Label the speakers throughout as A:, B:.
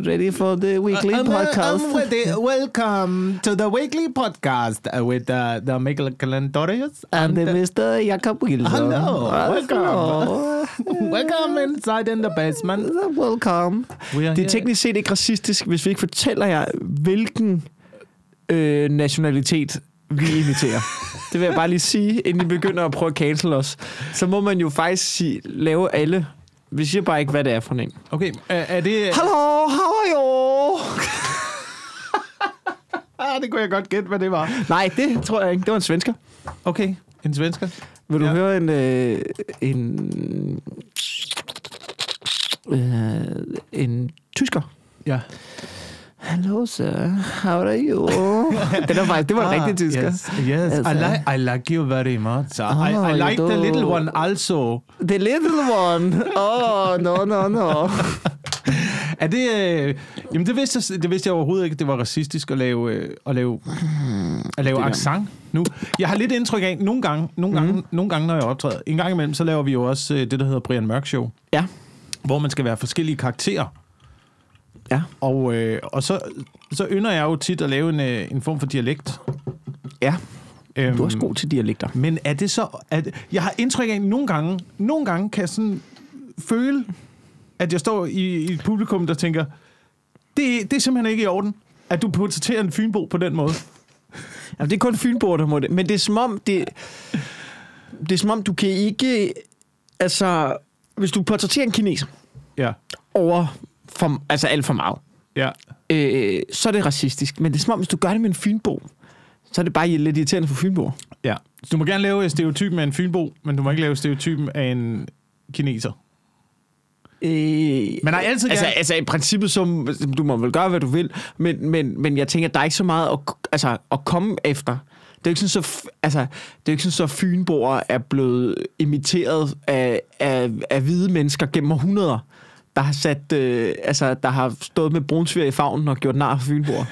A: ready for the weekly podcast?
B: I'm ready. Welcome to the weekly podcast with the Michael Calentorius
A: and the Mr. Jacob Wilson.
B: Hello. Welcome. Welcome inside in the basement.
A: Welcome. Det er teknisk set ikke racistisk, hvis vi ikke fortæller jer, hvilken nationalitet vi imiterer. Det vil jeg bare lige sige, inden I begynder at prøve at cancel os. Så må man jo faktisk lave alle. Vi siger bare ikke, hvad det er for en.
B: Okay, er det...
A: Hello, how are you?
B: Det kunne jeg godt gætte, hvad det var.
A: Nej, det tror jeg ikke. Det var en svensker.
B: Okay, en svensker.
A: Vil du høre en tysker?
B: Ja.
A: Hello, sir. How are you? Det var en rigtig tysker.
B: Yes. I like you very much. I like the little one also.
A: The little one? Oh, no.
B: Er det... Jamen, det vidste jeg overhovedet ikke, det var racistisk at lave accent nu. Jeg har lidt indtryk af, nogle gange, når jeg optræder, en gang imellem, så laver vi jo også det, der hedder Brian Mørk Show. Ja. Hvor man skal være forskellige karakterer. Ja. Og så ynder jeg jo tit at lave en form for dialekt. Ja. Du er også god til dialekter. Men er det så... jeg har indtryk af, nogle gange kan jeg sådan føle, at jeg står i et publikum, der tænker, det er simpelthen ikke i orden, at du portrætterer en fynbo på den måde.
A: Jamen, det er kun fynboer, der må det. Men det er som om, det er som om, du kan ikke... Altså, hvis du portrætterer en kineser over alt for meget, så er det racistisk. Men det er som om, hvis du gør det med en fynbo, så er det bare lidt irriterende for fynboer. Ja.
B: Du må gerne lave stereotypen af en fynbo, men du må ikke lave stereotypen af en kineser.
A: Men altid altså i princippet, så du må vel gøre, hvad du vil, men jeg tænker, der er ikke så meget at komme efter. Det er ikke sådan, så fynboer er blevet imiteret af hvide mennesker gennem århundreder, der har der har stået med brunsviger i favnen og gjort nar af fynboer.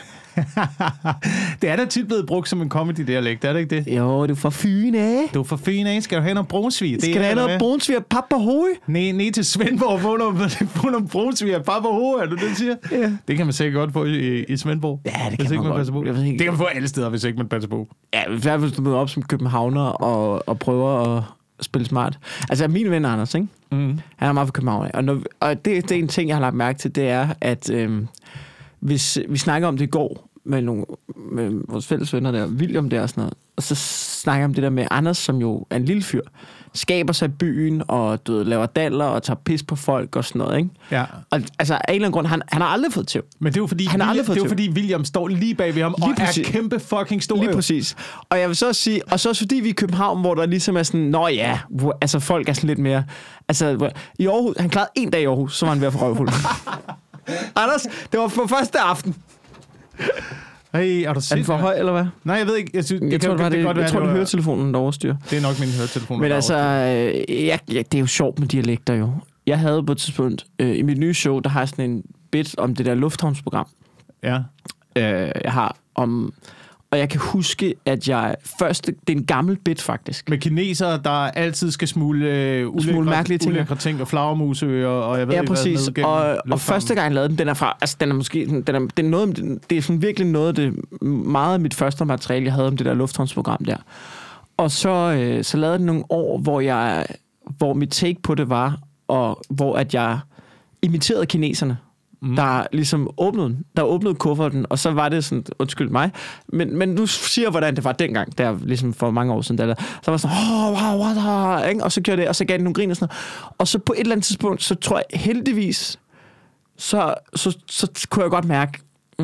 B: Det er da tit blevet brugt som en comedy-dialekt, er det ikke det?
A: Jo, du er fra Fyn af.
B: Du er fra Fyn af. Skal du have noget brunsvig?
A: Skal du have noget brunsvig og pap på hovedet?
B: Ned til Svendborg og få noget brunsvig og pap på hovedet, er du det, du siger? Ja. Det kan man sikkert godt få i Svendborg.
A: Ja, det kan man godt.
B: Det kan man få alle steder, hvis ikke man passer på.
A: Ja, i hvert fald hvis du møder op som københavner og prøver at spille smart. Altså, min ven Anders, ikke? Mm. Han er meget fra København. Og det er en ting, jeg har lagt mærke til, det er, at hvis vi snakker om det i går med vores fælles venner der, William der og sådan noget, og så snakker jeg om det der med Anders, som jo er en lille fyr, skaber sig i byen, og laver daller og tager pis på folk og sådan noget, ikke? Ja. Og altså, af en eller anden grund, han har aldrig fået tæv.
B: Men det er jo fordi, William står lige bag ved ham, lige og præcis. Er kæmpe fucking stor.
A: Lige præcis. Og jeg vil så sige, og så også fordi vi er i København, hvor der ligesom er sådan, nå ja, altså folk er sådan lidt mere, altså i Aarhus, han klarede en dag i Aarhus, så var han ved at få røvfuld. Anders, det var på første aften.
B: Hey, er du
A: er den for høj, eller hvad?
B: Nej, jeg ved ikke. Jeg
A: tror, det er høretelefonen, der overstyrer.
B: Det er nok min høretelefon.
A: Men altså, det er jo sjovt med dialekter jo. Jeg havde på et tidspunkt, i mit nye show, der har jeg sådan en bit om det der lufthavnsprogram. Ja. Jeg har om... Og jeg kan huske, at det er en gammel bit, faktisk.
B: Med kinesere, der altid skal smule ulækre ting og flagermusøer, og jeg ved ikke,
A: præcis. Og første gang jeg lavede den er fra... Altså, den er måske... Det er sådan virkelig noget af det... Meget af mit første materiale, jeg havde om det der lufthavnsprogram der. Og så lavede den nogle år, hvor mit take på det var, og hvor at jeg imiterede kineserne. Der ligesom åbnede kufferten, og så var det sådan, undskyld mig, men nu siger jeg, hvordan det var dengang, der ligesom for mange år siden, så var sådan, wow, what, ikke? Og så gjorde det, og så gav det nogle grin og sådan noget. Og så på et eller andet tidspunkt, så tror jeg heldigvis, så kunne jeg godt mærke,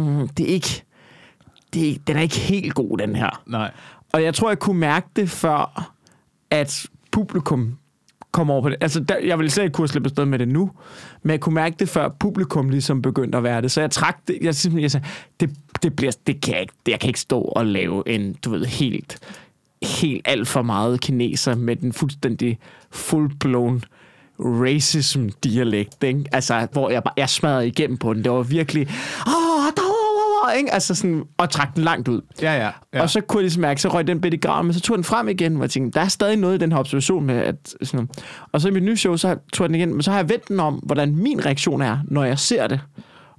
A: den er ikke helt god, den her. Nej. Og jeg tror, jeg kunne mærke det før, at publikum kom over på det. Altså, jeg ville slet ikke kunne slippe afsted med det nu, men jeg kunne mærke det, før publikum ligesom begyndte at være det. Så jeg trak det. Jeg sagde, jeg kan ikke stå og lave en, du ved, helt alt for meget kineser med den fuldstændig full-blown racism-dialekt, ikke? Altså, hvor jeg smadrede igennem på den. Det var virkelig... Ikke? Altså sådan, og trak den langt ud. Ja. Og så kunne jeg ligesom mærke, så røg den bitte i graven, men så tog den frem igen, og jeg tænkte, der er stadig noget i den her observation med, at sådan, og så i mit nye show, så tog jeg den igen, men så har jeg vendt den om, hvordan min reaktion er, når jeg ser det.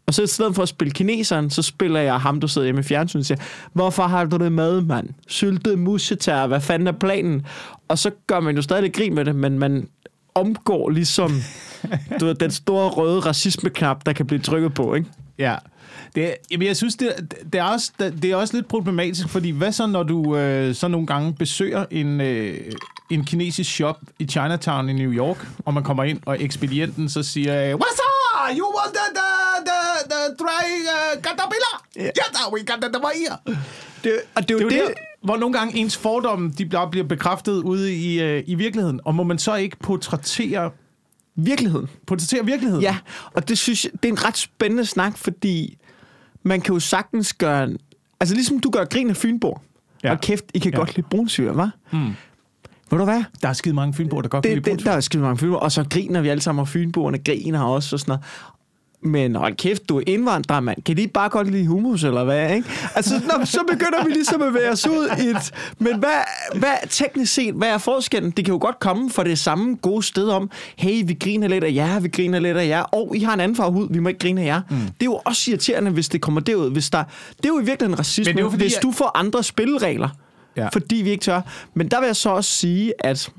A: Og så i stedet for at spille kineseren, så spiller jeg ham, der sidder hjemme i fjernsynet og siger, hvorfor har du det med, mand? Syltet musetær, hvad fanden er planen? Og så gør man jo stadig grin med det, men man omgår ligesom den store røde racismeknap, der kan blive trykket på, ikke?
B: Ja. Jeg synes, det er også lidt problematisk, fordi hvad så, når du så nogle gange besøger en kinesisk shop i Chinatown i New York, og man kommer ind, og ekspedienten så siger, what's up? You want the dry caterpillar? Yeah, we got the here. Det er jo det, hvor nogle gange ens fordomme, de bliver bekræftet ude i virkeligheden, og må man så ikke portrættere virkeligheden?
A: Ja, og det synes jeg, det er en ret spændende snak, fordi man kan jo sagtens gøre... Altså ligesom du gør grin af Fynborg. Ja. Og kæft, I kan godt lide brunsyre, hva'? Ved du hvad?
B: Der er skide mange Fynborg, der godt kan lide brunsyre.
A: Der er skide mange Fynborg, og så griner vi alle sammen, og Fynborgerne griner også og sådan noget. Men hold kæft, du er indvandrer, mand. Kan de ikke bare godt lide hummus, eller hvad, ikke? Altså, så begynder vi ligesom at bevæge os ud i et... Men hvad teknisk set, hvad er forskellen? Det kan jo godt komme fra det samme gode sted om, hey, vi griner lidt af jer, vi griner lidt af jer, og I har en anden farve hud, vi må ikke grine af jer. Det er jo også irriterende, hvis det kommer derud. Det er jo i virkeligheden en racisme, det er jo fordi, hvis du får andre spilleregler, fordi vi ikke tør. Men der vil jeg så også sige, at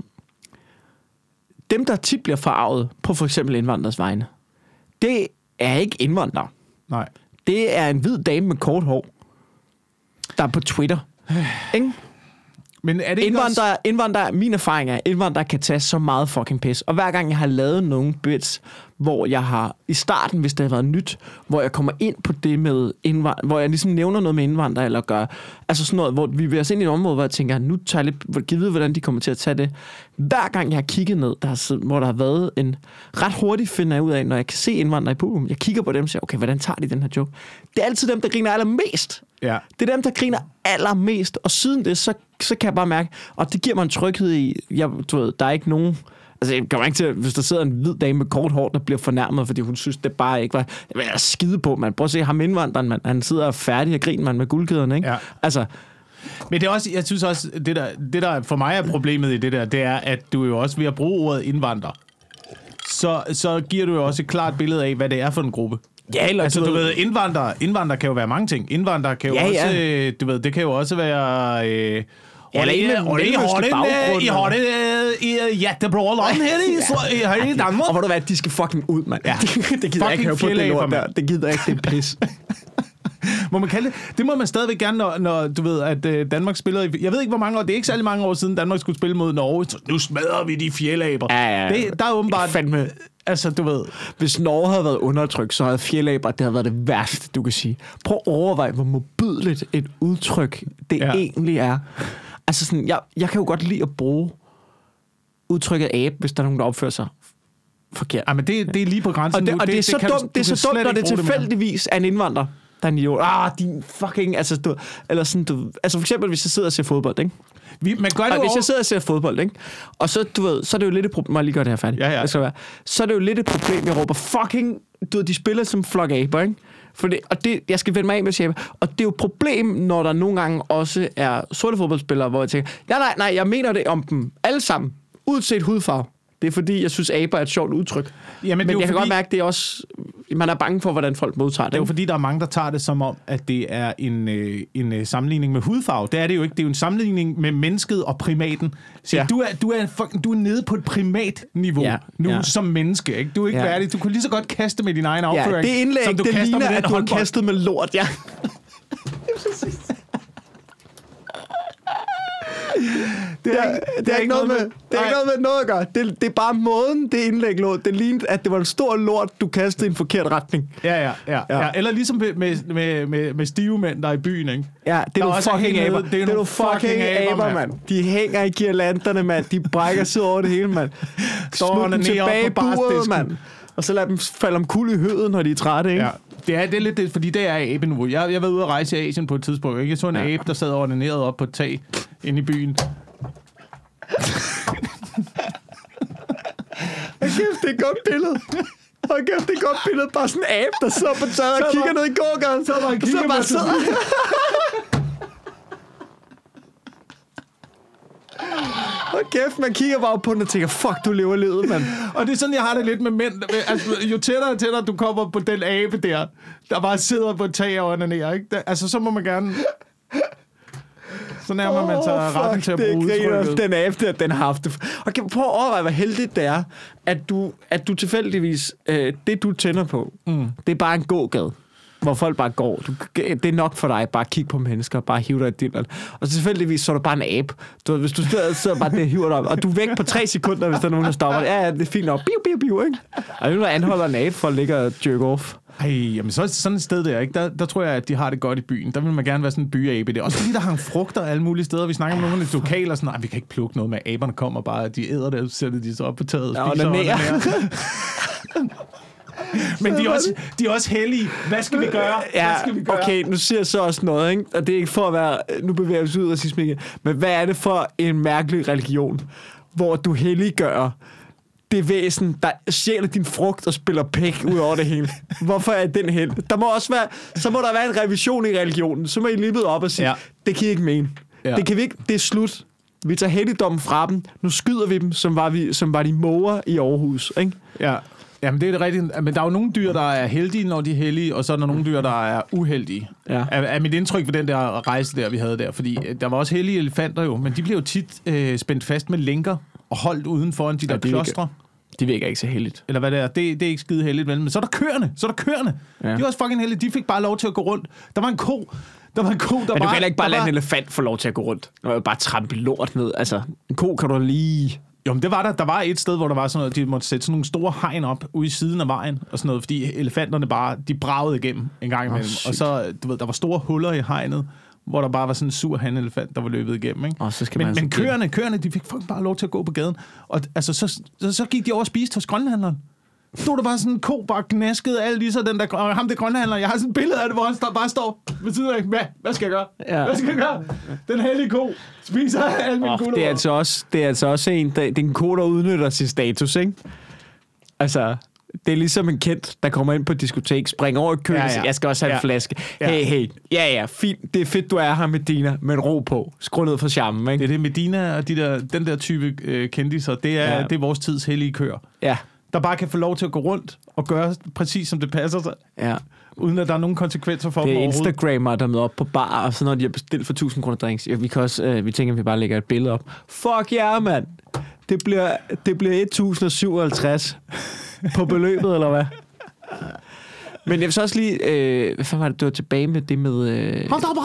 A: dem, der tit bliver forarvet på for eksempel indvandrers vegne, det er ikke indvandrere.
B: Nej.
A: Det er en hvid dame med kort hår, der er på Twitter. Ikke?
B: Men er det ikke
A: indvandrere, min erfaring er, at indvandrere kan tage så meget fucking pis. Og hver gang jeg har lavet nogle bits, hvor jeg har, i starten, hvis det har været nyt, hvor jeg kommer ind på det med indvandrere, hvor jeg ligesom nævner noget med indvandrere, eller gør, altså sådan noget, hvor vi vil os ind i et område, hvor jeg tænker, nu tager jeg lidt, givet hvordan de kommer til at tage det. Hver gang jeg har kigget ned, hvor der har været en, ret hurtigt finder jeg ud af, når jeg kan se indvandrere i publikum, jeg kigger på dem og siger, okay, hvordan tager de den her joke? Det er altid dem, der griner allermest.
B: Ja.
A: Det er dem, der griner allermest, og siden det, så kan jeg bare mærke, og det giver mig en tryghed i, du ved, der er ikke nogen... Altså, jeg kommer ikke til, hvis der sidder en hvid dame med kort hår, der bliver fornærmet, fordi hun synes, det bare ikke var... Jeg vil skide på, man. Prøv at se ham indvandreren, man. Han sidder færdig og griner, man, med guldkæderne, ikke?
B: Ja.
A: Altså...
B: Men det er også, jeg synes også, det der for mig er problemet i det der, det er, at du jo også ved at bruge ordet indvandrer, så giver du jo også et klart billede af, hvad det er for en gruppe.
A: Ja, eller
B: altså, du ved, indvandrer kan jo være mange ting. Indvandrer kan jo også, du ved, det kan jo også være... I jättebra land her i Danmark.
A: Og hvor du hvad, de skal fucking ud, mand. Ja. Det gider jeg ikke høre på det lort der. Det gider jeg ikke, det pis.
B: Må man kalde det? Det må man stadigvæk gerne, når du ved, at Danmark spiller... Jeg ved ikke, hvor mange år... Det er ikke særlig mange år siden, Danmark skulle spille mod Norge. Så nu smadrer vi de fjeldaber.
A: Ja.
B: Der er åbenbart...
A: Fandme.
B: Altså, du ved...
A: Hvis Norge havde været undertrykt, så havde fjeldaber, det havde været det værste, du kan sige. Prøv at overveje, hvor modbydeligt et udtryk det egentlig er. Altså sådan, jeg kan jo godt lide at bruge udtrykket abe, hvis der er nogen, der opfører sig forkert.
B: Ja, men det er lige på grænsen.
A: Og det er så dumt, når det tilfældigvis er en indvandrer, der er en idiot. Din fucking... Altså, altså for eksempel, hvis jeg sidder og ser fodbold, ikke?
B: Hvis
A: jeg sidder og ser fodbold, ikke? Og så, du ved, så er det jo lidt et problem... Må jeg lige gøre det her færdigt?
B: Ja.
A: Så er det jo lidt et problem, jeg råber fucking... Du ved, de spiller som flok aber, ikke? Jeg skal vende mig af med at og det er jo et problem, når der nogle gange også er sorte fodboldspillere, hvor jeg tænker, nej, jeg mener det om dem alle sammen, uanset hudfarve. Det er fordi, jeg synes, aber er et sjovt udtryk. Ja, men jeg kan godt mærke, det er også... Man er bange for, hvordan folk modtager det.
B: Det er jo fordi, der er mange, der tager det som om, at det er en sammenligning med hudfarve. Det er det jo ikke. Det er jo en sammenligning med mennesket og primaten. Så ja. Du er nede på et primatniveau nu som menneske. Ikke? Du er ikke værdig. Du kunne lige så godt kaste med din egen afføring.
A: Det indlæg, som du det ligner, at du har kastet med lort. Ja. Det er ikke noget med noget at gøre. Det er bare måden, det indlæg lå. Det lignede, at det var en stor lort, du kastede i en forkert retning.
B: Ja. Eller ligesom med stive mænd, der er i byen, ikke?
A: Ja, det er jo fucking aber. Det er jo fucking aber, mand. De hænger i girlanderne, mand. De brækker sig over det hele, mand. Smut dem tilbage i buret, mand. Og så lad dem falde om kul i høden, når de er trætte, ikke?
B: Ja. Det er lidt det, fordi det er abeniveau. Jeg var ude at rejse i Asien på et tidspunkt, ikke? Jeg så en abe, der sad ordineret op på et tag inde i byen.
A: Hold kæft, det er et godt billede. Hold kæft, det er et godt billede. Bare sådan en abe, der sidder på taget og kigger ned i gågaden. Så bare sidder. Hold kæft, man kigger bare på den og tænker, fuck, du lever livet, mand.
B: Og det er sådan, jeg har det lidt med mænd. Altså, jo tættere du kommer på den abe der bare sidder på et tag og onanerer, ikke? Altså, så må man gerne... Så nærmer man sig retten til at bruge udtrykket.
A: Den abe der, den har haft det. Okay, prøv at overveje, hvor heldigt det er, at du tilfældigvis, det du tænder på, det er bare en gågade, hvor folk bare går. Det er nok for dig, bare kigge på mennesker, bare hive dig et diller. Og så tilfældigvis, så er du bare en abe. Hvis du sidder bare der og hiver dig op, og du er væk på 3 sekunder, hvis der er nogen, der stopper. Ja, det er fint nok. Biu, biu, biu, ikke? Og nu anholder en abe for at ligge og jerk off.
B: Ej, jamen så sådan et sted der, ikke? Der tror jeg, at de har det godt i byen. Der vil man gerne være sådan en byabe der. Også fordi der hang frugter alle mulige steder. Vi snakker om nogle af de lokaler, sådan, nej, vi kan ikke plukke noget med. Aberne kommer bare, de æder det, sætter de så op på taget og spiser Men de er også hellige. Hvad skal vi gøre?
A: Okay, nu siger jeg så også noget, ikke? Og det er ikke for at være... Nu bevæger vi os ud af racisme igen. Men hvad er det for en mærkelig religion, hvor du helliggør det væsen, der stjæler din frugt og spiller pæk ud over det hele? Hvorfor er den held? Så må der være en revision i religionen. Så må I lippet op og sige, det kan I ikke mene. Ja. Det kan vi ikke. Det er slut. Vi tager helligdommen fra dem. Nu skyder vi dem, som var de måger i Aarhus, ikke?
B: Ja. Jamen, det er det rigtigt. Men der er jo nogle dyr, der er heldige, når de er hellige, og så er der nogle dyr, der er uheldige. Ja. Er mit indtryk ved den der rejse der, vi havde der. Fordi der var også hellige elefanter jo, men de blev jo tit spændt fast med lænker og holdt uden foran de der klostre.
A: De virker ikke så heldigt.
B: Eller hvad det er. Det er ikke skide heldigt, vel? Men så er der køerne. Ja. De var også fucking heldige. De fik bare lov til at gå rundt. Der var en ko, der men
A: du kan heller ikke bare lade en elefant få lov til at gå rundt. Det var bare trampe lort ned. Altså, en ko kan du lige...
B: Jo, men det var der. Der var et sted, hvor der var sådan noget, de måtte sætte sådan nogle store hegn op ude i siden af vejen og sådan noget, fordi elefanterne bare, de bragede igennem en gang imellem. Og så, du ved, der var store huller i hegnet, hvor der bare var sådan en sur hanelefant, der var løbet igennem, ikke? Men køerne, de fik fucking bare lov til at gå på gaden. Og altså, så gik de over og spiste hos grønlanderen. Stod der bare sådan en ko, bare gnaskede alt i sig, ham der grønlandler. Jeg har sådan et billede af det, hvor han bare står ved siden af, hvad skal jeg gøre? Ja. Hvad skal jeg gøre? Den hellige ko spiser alle mine gulerødder.
A: Det er altså også det er en ko, der udnytter sin status, ikke? Altså, det er ligesom en kendt, der kommer ind på et diskotek, springer over i køen og siger, jeg skal også have en flaske. Hey, fint, det er fedt, du er her, Medina, men ro på. Skru ned for charmen, ikke?
B: Det er det, Medina og den der type kendiser, det er vores tids hellige køer. Ja. Der bare kan få lov til at gå rundt og gøre præcis, som det passer sig. Ja. Uden at der er nogen konsekvenser for dem overhovedet.
A: Det er Instagrammer, der møder op på bar, og så når de har bestilt for 1000 kroner drinks. Ja, vi tænker, at vi bare lægger et billede op. Fuck yeah, mand! Det bliver 1057 på beløbet, eller hvad? Men jeg vil så også lige... hvad fanden var det, du var tilbage med det med...
B: Hold da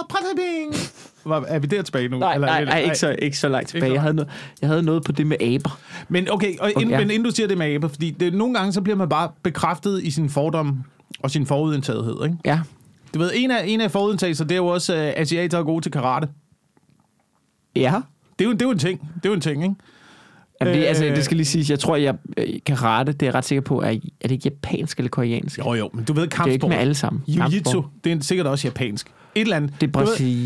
B: bare! Er vi der tilbage nu?
A: Nej, ikke så langt tilbage. Jeg havde noget på det med aber.
B: Men okay, men inden du siger det med aber, fordi nogle gange så bliver man bare bekræftet i sin fordom og sin forudindtagethed, ikke? Ja. Du ved, en af forudindtagelser, det er jo også, asiater er gode til karate.
A: Ja.
B: Det er jo en ting. Det er jo en ting, ikke?
A: Jamen det skal lige siges, jeg tror, karate, det er jeg ret sikker på, er det ikke japansk eller koreansk?
B: Jo, men du ved kampsport.
A: Det er ikke med alle sammen.
B: Jiu-jitsu, det er sikkert også japansk. Et eller andet.
A: Det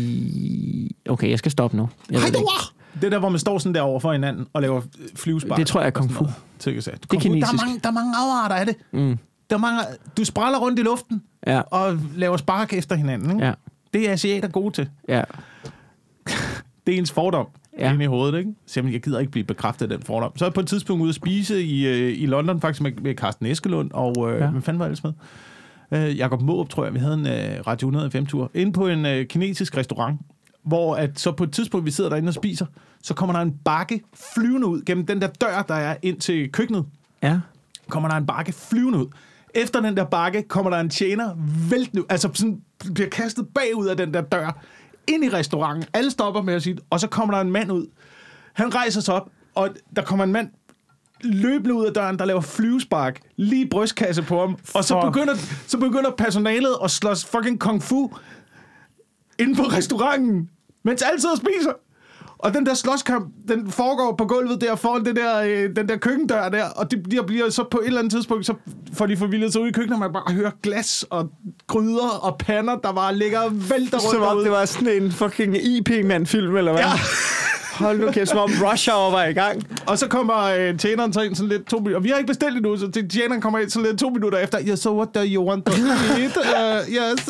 A: er Okay, jeg skal stoppe nu.
B: Det der, hvor man står sådan der over for hinanden og laver flyvespark.
A: Det tror jeg er kung fu.
B: Det er kinesisk. Der er mange afarter af det. Mm. Du spræller rundt i luften og laver spark efter hinanden. Ikke? Ja. Det er asiater gode til. Ja. Det er ens fordom. Ja. Inde i hovedet, ikke? Så jeg gider ikke blive bekræftet af den fordom. Så er jeg på et tidspunkt ude at spise i London, faktisk med Carsten Eskelund, og hvad fanden var jeg ellers med? Jakob Måb, tror jeg, vi havde en Radio 105-tur, inde på en kinesisk restaurant, hvor at så på et tidspunkt, vi sidder derinde og spiser, så kommer der en bakke flyvende ud, gennem den der dør, der er ind til køkkenet. Ja. Kommer der en bakke flyvende ud. Efter den der bakke kommer der en tjener væltende, altså sådan bliver kastet bagud af den der dør, ind i restauranten. Alle stopper med at sige, og så kommer der en mand ud. Han rejser sig op, og der kommer en mand løbende ud af døren, der laver flyvespark, lige brystkasse på ham, og så begynder personalet at slås fucking kung fu inde på restauranten, mens alle sidder og spiser. Og den der slåskamp, den foregår på gulvet der foran den der køkkendør der, og det bliver så på et eller andet tidspunkt, så får de forvildet sig ud i køkkenet, og man bare hører glas og gryder og pander, der bare ligger og vælter rundt.
A: Som om det var sådan en fucking IP-mand-film, eller hvad? Ja. Hold nu kæft, som om Rush Hour var i gang.
B: Og så kommer tjeneren så ind sådan lidt 2 minutter. Og vi har ikke bestilt endnu, så tjeneren kommer ind sådan lidt 2 minutter efter. Yeah, so what do you want to eat? Yes.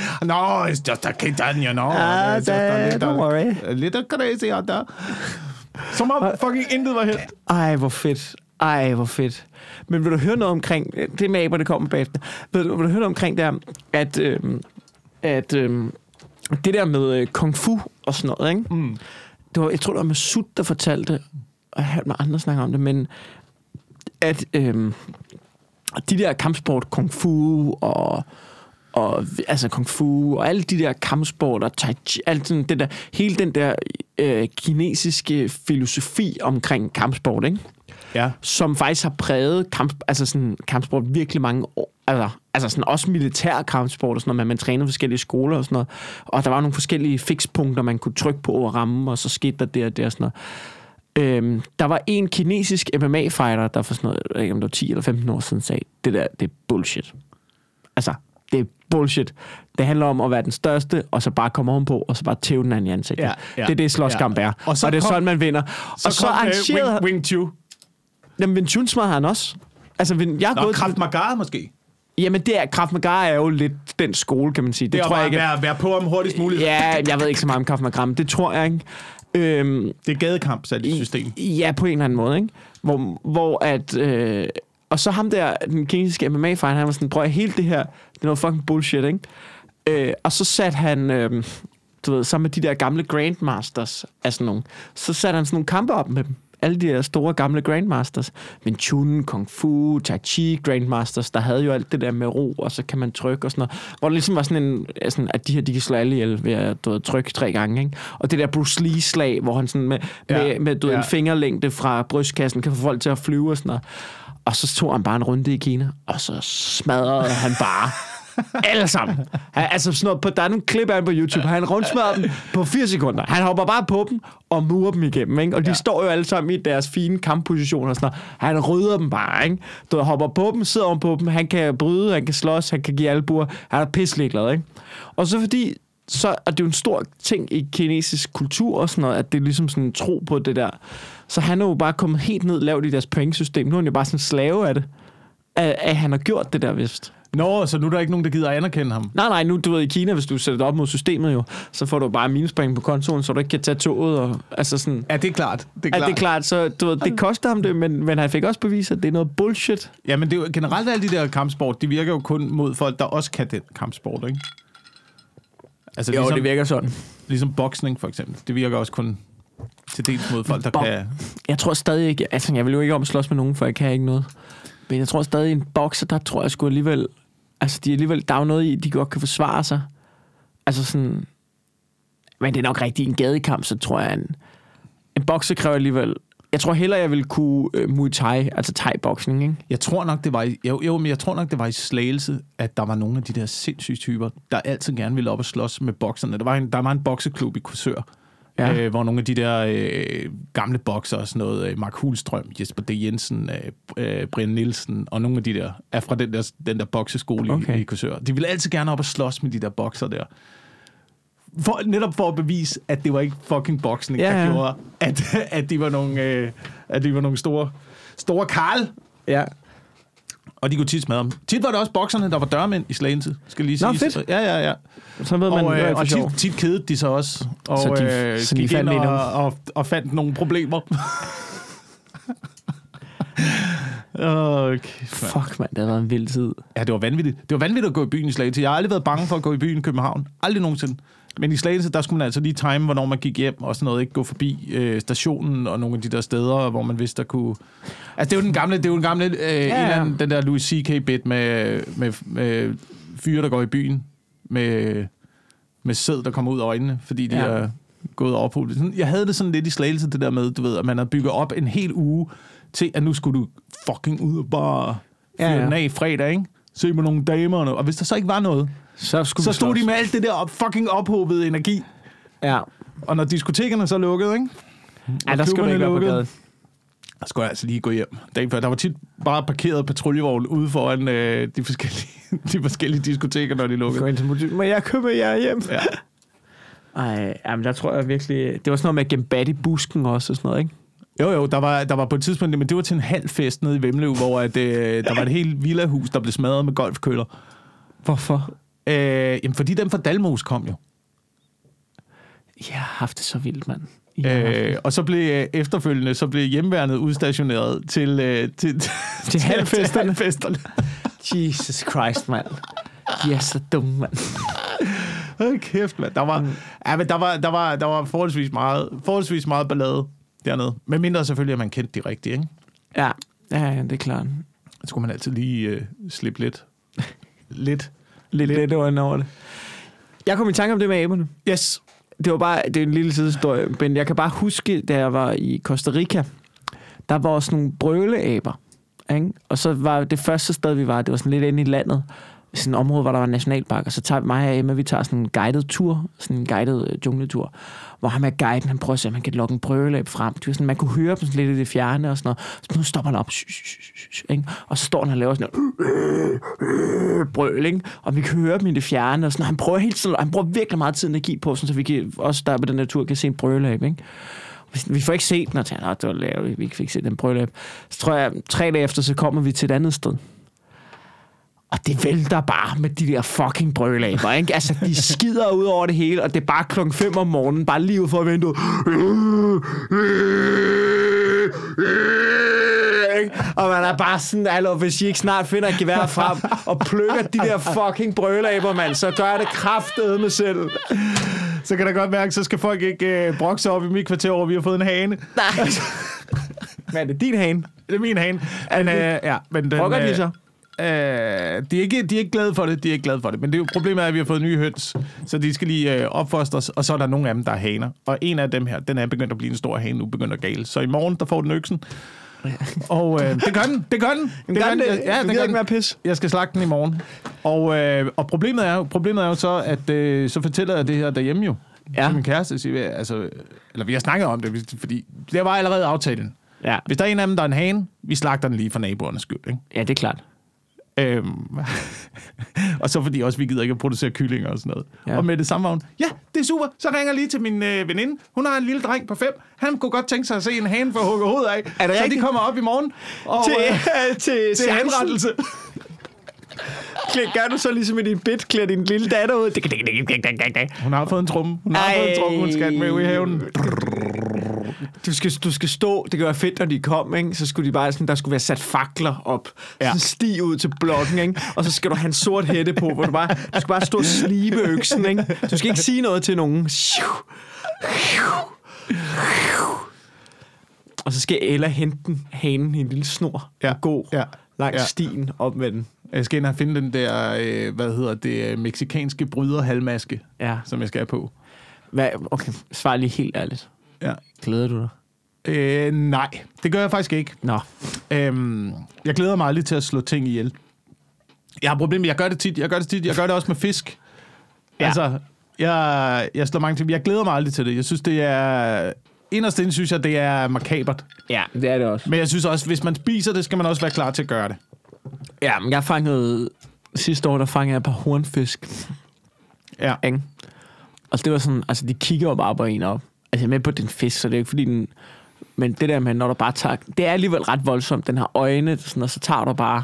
B: No, it's just a kitten, you know.
A: Don't worry.
B: A little crazy out there. Som om fucking intet var helt.
A: Ej, hvor fedt. Men vil du høre noget omkring... Det med aber, det kommer bagefter. Vil du høre noget omkring der, at det der med kung fu og sådan noget, ikke? Mm. Jeg tror, det var Masud, der fortalte, og jeg har hørt med andre snakke om det, men at de der kampsport, kung fu og altså kung fu og alle de der kampsporter, tai chi, alt sådan det der, hele den der kinesiske filosofi omkring kampsport, ikke?
B: Ja.
A: Som faktisk har præget kampsport virkelig mange år. Altså sådan også militær kampsport og sådan noget, man trænede forskellige skoler og sådan noget. Og der var nogle forskellige fikspunkter, man kunne trykke på og ramme, og så skete der det og det og sådan noget. Der var en kinesisk MMA-fighter, der for sådan noget, jeg ved ikke om det var 10 eller 15 år siden, sagde, det er bullshit. Altså, det er bullshit. Det handler om at være den største, og så bare komme ovenpå, og så bare tæve den anden i ansigtet. Ja. Det er det, slåskamp er. Og det er sådan, man vinder.
B: Så arrangerede Wing Chun.
A: Jamen, Wing Chun smadrede han også. Altså,
B: Krav Maga måske?
A: Jamen, Krav Maga er jo lidt den skole, kan man sige.
B: Det tror jeg ikke. Være på om hurtigst muligt.
A: Ja, jeg ved ikke så meget om Krav Maga, men det tror jeg ikke.
B: Det er gadekamp, sat i system.
A: Ja, på en eller anden måde, ikke? Hvor at... og så ham der, den kinesiske MMA-fighter, han var sådan, prøv at hele det her, det er noget fucking bullshit, ikke? Og så satte han, du ved, sammen med de der gamle grandmasters af sådan nogle, så satte han sådan nogle kampe op med dem. Alle de der store gamle grandmasters. Wing Chun, Kung Fu, Tai Chi grandmasters, der havde jo alt det der med ro, og så kan man trykke og sådan noget. Hvor det ligesom var sådan at de her, de kan slå alle ihjel ved at trykke 3 gange, ikke? Og det der Bruce Lee-slag, hvor han sådan med en fingerlængde fra brystkassen kan få folk til at flyve og sådan noget. Og så tog han bare en runde i Kina, og så smadrede han bare alle sammen. Altså sådan noget, der er nogle klip af på YouTube, han rundsmadrer dem på 4 sekunder. Han hopper bare på dem og murer dem igennem, ikke? Og de står jo alle sammen i deres fine kamppositioner og sådan noget. Han rydder dem bare, ikke? Du hopper på dem, sidder oven på dem, han kan bryde, han kan slås, han kan give albuer. Han er pisselig glad, ikke? Og så fordi, og det er jo en stor ting i kinesisk kultur og sådan noget, at det er ligesom sådan en tro på det der. Så han er jo bare kommet helt ned lavt i deres pointsystem. Nu er han jo bare sådan en slave af det. At han har gjort det der, vist.
B: Nå, så nu er der ikke nogen, der gider at anerkende ham?
A: Nej, nu, du ved, i Kina, hvis du sætter det op mod systemet jo, så får du bare minuspoint på kontoen, så du ikke kan tage toget og, altså sådan...
B: Ja, det er klart.
A: Det er klart, så du ved, det koster ham det, men han fik også bevist, at det er noget bullshit.
B: Ja, men det er jo, generelt alle de der kampsport, de virker jo kun mod folk, der også kan den kampsport, ikke?
A: Altså, jo, det virker sådan.
B: Ligesom boksning, for eksempel. Det virker også kun til dels mod folk, der kan...
A: Jeg tror stadig ikke... Altså, jeg vil jo ikke om at slås med nogen, for jeg kan ikke noget. Men jeg tror stadig, en bokser, der tror jeg sgu alligevel... Altså, der er jo noget i, de godt kan forsvare sig. Altså sådan... Men det er nok rigtigt en gadekamp, så tror jeg, en bokser kræver alligevel... Jeg tror hellere, jeg vil kunne Muay Thai, altså thai-boksning, ikke?
B: Jeg tror nok, det var i Slagelse, at der var nogle af de der sindssyge typer, der altid gerne ville op og slås med bokserne. Der var en bokseklub i Korsør, hvor nogle af de der gamle bokser og sådan noget, Mark Hulstrøm, Jesper D. Jensen, Brian Nielsen, og nogle af de der, er fra den der bokseskole i Korsør. De ville altid gerne op og slås med de der bokser der. Netop for at bevise, at det var ikke fucking boksning, der gjorde, at de var nogle store karl. Ja. Og de kunne tit smadre dem. Tit var det også bokserne, der var dørmænd i Slagelse, skal lige sige.
A: Nå, fedt.
B: Ja.
A: Så ved man,
B: og tit kedede de så også. Og så de gik ind og fandt nogle problemer.
A: Okay. Fuck, mand, det har været en vild tid.
B: Ja, det var vanvittigt. Det var vanvittigt at gå i byen i Slagelse. Jeg har aldrig været bange for at gå i byen i København. Aldrig nogensinde. Men i Slagelse, der skulle man altså lige time, hvornår man gik hjem og sådan noget, ikke gå forbi stationen og nogle af de der steder, hvor man vidste, der kunne... Altså, det er jo den gamle den der Louis C.K.-bit med fyre, der går i byen med sæd, der kommer ud af øjnene, fordi de er gået over på det. Jeg havde det sådan lidt i Slagelse, det der med, du ved, at man havde bygget op en hel uge til, at nu skulle du fucking ud og bare fyre den af fredag, ikke? Se med nogle damer, og hvis der så ikke var noget, så stod de med alt det der fucking ophobede energi. Ja. Og når diskotekerne så lukkede, ikke?
A: Ja, der skulle ikke være på gaden.
B: Der skulle jeg altså lige gå hjem. Der var tit bare parkeret patruljevogn ude foran de forskellige diskoteker, når de lukkede.
A: Må jeg købe jer hjem? Ja. Ej, jamen der tror jeg virkelig... Det var sådan noget med at gemme bat i busken også og sådan noget, ikke?
B: Jo, der var på et tidspunkt, men det var til en halv fest nede i Vemlev, hvor der var et helt villahus, der blev smadret med golfkøller.
A: Hvorfor?
B: Jamen, fordi dem fra Dalmos kom jo.
A: Jeg har haft det så vildt, mand.
B: Og så blev efterfølgende, så blev hjemmeværnet udstationeret til halvfesterne.
A: Jesus Christ, mand. De er så dumme, mand.
B: Kæft, mand. Der var forholdsvis meget ballade dernede. Men mindre selvfølgelig, at man kendte de rigtige, ikke?
A: Ja, det er klart.
B: Så skulle man altid lige slippe lidt
A: over det. Jeg kom i tanke om det med aberne.
B: Yes.
A: Det er en lille sidehistorie, men jeg kan bare huske, da jeg var i Costa Rica, der var også nogle brøleaber, ikke? Og så var det første sted, vi var, det var sådan lidt inde i landet, sådan et område, hvor der var en nationalpark, og så tager mig og Emma, vi tager sådan en guided tur, sådan en guided jungletur, hvor ham er guiden, han prøver at se, om man kan lokke en brøleab frem. Det var sådan, man kunne høre dem sådan lidt i det fjerne og sådan noget. Så nu stopper han op, ikke? Og så står han og laver sådan noget brøl, ikke? Og vi kan høre dem i det fjerne, og sådan, han bruger virkelig meget tid og energi på, sådan, så vi kan, også der på den her tur kan se en brøleab, ikke? Vi får ikke set den, og tænker, det var lavet, vi kan ikke se den brøleab. Så tror jeg, 3 dage efter, så kommer vi til et andet sted. Og det vælter bare med de der fucking brølaber, ikke? Altså, de skider ud over det hele, og det er bare 5:00 om morgenen, bare lige ud for vinduet. Og man er bare sådan, altså, hvis I ikke snart finder et gevær frem og plukker de der fucking brølaber, mand, så gør jeg det kraftedeme selv.
B: Så kan der godt mærke, så skal folk ikke brokse op i mit kvarter over, vi har fået en hane.
A: Nej. Hvad er det? Din hane?
B: Det er min hane. Men den,
A: brokker de så?
B: De er ikke glade for det. Men problemet er, at vi har fået nye høns, så de skal lige opfostres, og så er der nogle af dem, der er haner. Og en af dem her, den er begyndt at blive en stor hane, nu begynder gale. Så i morgen, der får den øksen. Og det gør den. Det gør den.
A: Den kan ikke være pis.
B: Jeg skal slagte den i morgen. Og problemet er jo så, at så fortæller jeg det her derhjemme jo. Ja. Som min kæreste siger, altså, eller vi har snakket om det, fordi det var allerede aftalen. Ja. Hvis der er en af dem, der er en hane, vi slagter den lige for naboernes skyld, ikke?
A: Ja, det er klart.
B: Og så fordi også vi gider ikke at producere kyllinger og sådan noget. Ja. Og med det samme vogn, ja, det er super. Så ringer jeg lige til min veninde. Hun har en lille dreng på 5. Han kunne godt tænke sig at se en hane for at hugge hovedet af. Er det så rigtigt? De kommer op i morgen og, til henrettelse.
A: Gør du så ligesom i din bit, klæder din lille datter ud.
B: Hun har fået en tromme. Hun skal med ud i haven.
A: Du skal stå, det kan være fedt, når de kom, ikke? Så skulle de bare sådan, der skulle være sat fakler op. Ja. Sådan sti ud til blokken, ikke? Og så skal du have en sort hætte på, hvor du skal bare stå og slibe øksen, ikke? Du skal ikke sige noget til nogen. Og så skal Ella hente hanen i en lille snor og gå langs stien op med den.
B: Jeg skal ind og finde den der, mexikanske bryderhalmaske, som jeg skal have på.
A: Okay, svar lige helt ærligt. Ja. Glæder du dig?
B: Nej, det gør jeg faktisk ikke.
A: Nå.
B: Jeg glæder mig aldrig til at slå ting ihjel. Jeg har problemer, jeg gør det tit. Jeg gør det også med fisk. Ja. Altså, jeg slår mange ting. Jeg glæder mig aldrig til det. Jeg synes, det er... Inderst inde synes jeg, det er makabert.
A: Ja, det er det også.
B: Men jeg synes også, hvis man spiser det, skal man også være klar til at gøre det.
A: Ja, men sidste år, der fangede jeg et par hornfisk.
B: Ja.
A: Ikke? Og det var sådan, altså de kigger jo bare på en op. Altså jeg er med på den fisk, så det er ikke fordi den... Men det der med, når du bare tager... Det er alligevel ret voldsomt, den har øjne, sådan, og så tager du bare...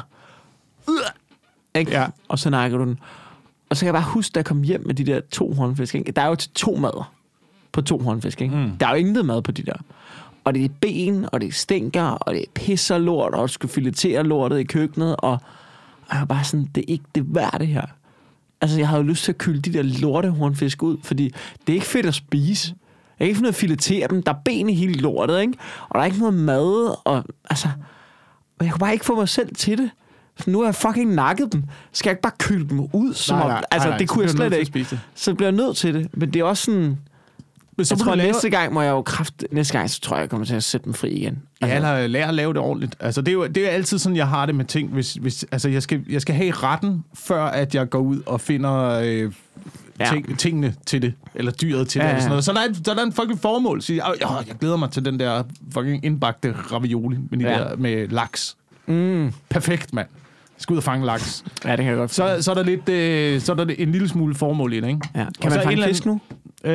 A: Ikke? Ja. Og så nakker du den. Og så kan jeg bare huske, da jeg kom hjem med de der 2 hornfisk. Ikke? Der er jo til 2 madder på 2 hornfisk. Ikke? Der er jo intet mad på de der. Og det er ben, og det er stinker, og det er pisser lort, og du skal filetere lortet i køkkenet, og jeg var bare sådan, det er ikke det værd, det her. Altså, jeg havde jo lyst til at kylde de der lortehornfisk ud, fordi det er ikke fedt at spise. Jeg kan ikke finde noget at filetere dem. Der er ben i hele lortet, ikke? Og der er ikke noget mad, og jeg kunne bare ikke få mig selv til det. Så nu har jeg fucking nakket dem. Skal jeg ikke bare kylde dem ud? Nej, det kunne jeg slet ikke. Så bliver jeg nødt til det. Men det er også sådan... Men så jeg tror, næste gang, så tror jeg kommer til at sætte dem fri igen.
B: Altså. Ja, eller lære at lave det ordentligt. Altså, det er altid sådan, jeg har det med ting. Hvis jeg skal have retten, før at jeg går ud og finder tingene til det, eller dyret til det. Eller sådan noget. Så er der en fucking formål. Så jeg glæder mig til den der fucking indbagte ravioli med laks. Perfekt, mand. Jeg skal ud og fange laks.
A: Ja, det kan jeg godt.
B: Så er der lidt, så er der en lille smule formål i det, ikke?
A: Ja. Kan man fange fisk nu?
B: Det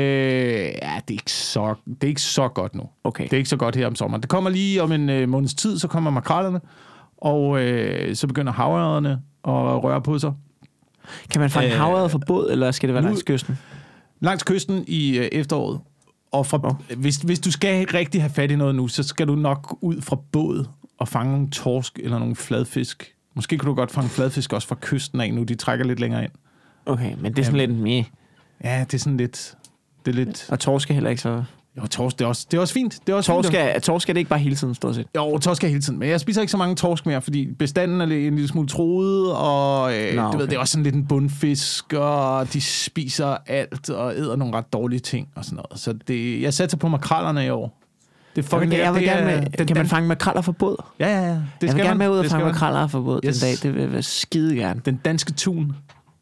B: er ikke så godt nu.
A: Okay.
B: Det er ikke så godt her om sommeren. Det kommer lige om en måneds tid, så kommer makrellerne, og så begynder havørrederne at røre på sig.
A: Kan man fange havørred fra båd, eller skal det være langs kysten?
B: Langs kysten i efteråret. Og hvis du skal rigtig have fat i noget nu, så skal du nok ud fra båd og fange nogle torsk eller nogle fladfisk. Måske kunne du godt fange fladfisk også fra kysten af nu. De trækker lidt længere ind.
A: Okay, men det er sådan lidt mere.
B: Ja, det er sådan lidt... Det er lidt...
A: Og torsk er heller ikke så...
B: Jo, torsk, det er også fint.
A: Torsk er det ikke bare hele tiden, stort set?
B: Jo, torsk er hele tiden. Men jeg spiser ikke så mange torsk mere, fordi bestanden er en lille smule truet, og okay. Du ved, det er også sådan lidt en bundfisk, og de spiser alt og æder nogle ret dårlige ting og sådan noget. Så jeg satser på makrallerne i år.
A: Kan man fange makreller fra båd?
B: Ja.
A: Jeg vil gerne med ud og fange makreller fra båd den dag. Det vil være skide gerne.
B: Den danske tun.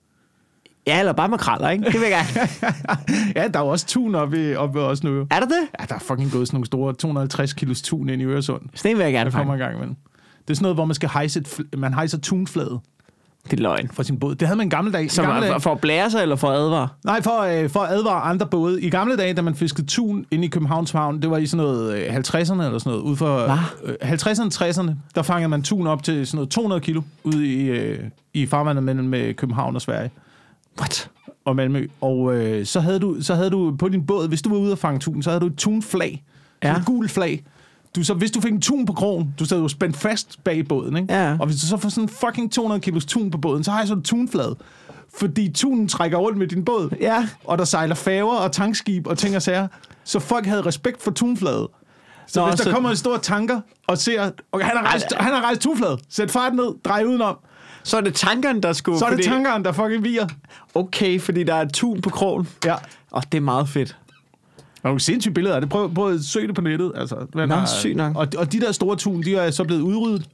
A: Ja, eller bare makreller, ikke? Det vil jeg gerne.
B: Ja, der er jo også tun oppe også nu.
A: Er der det?
B: Ja, der er fucking gået sådan nogle store 250 kilos tun ind i Øresund.
A: Sådan vil jeg gerne fange.
B: Det er sådan noget, hvor man skal man hejser tunflaget.
A: Det er løgn.
B: Fra sin båd. Det havde man i gamle dage.
A: For at blære sig, eller for at advare?
B: Nej, for at advare andre både. I gamle dage, da man fiskede tun inde i Københavns Havn, det var i sådan noget 50'erne eller sådan noget. Ud for 50'erne, 60'erne, der fangede man tun op til sådan noget 200 kilo ude i farvandet mellem København og Sverige.
A: What?
B: Og Malmø. Og så havde du på din båd, hvis du var ude at fange tun, så havde du et tunflag. Ja. Et gult flag. Hvis du fik en tun på krogen, du sad jo spændt fast bag båden, ikke?
A: Ja.
B: Og hvis du så får sådan fucking 200 kilos tun på båden, så har jeg sådan et tunflad. Fordi tunen trækker rundt med din båd.
A: Ja.
B: Og der sejler færger og tankskib og ting og sager. Så folk havde respekt for tunfladet. Så hvis der kommer en stor tanker og ser, okay, han har rejst tunfladet. Sæt fart ned, drej udenom.
A: Så er det tankeren, der skulle...
B: Så er det tankeren, der fucking viger.
A: Okay, fordi der er et tun på krogen.
B: Ja.
A: Og det er meget fedt.
B: Og nogle sindssyge billeder af det. Prøv at søge det på nettet. Altså,
A: sygt nok.
B: Og de der store tun, de er så blevet udryddet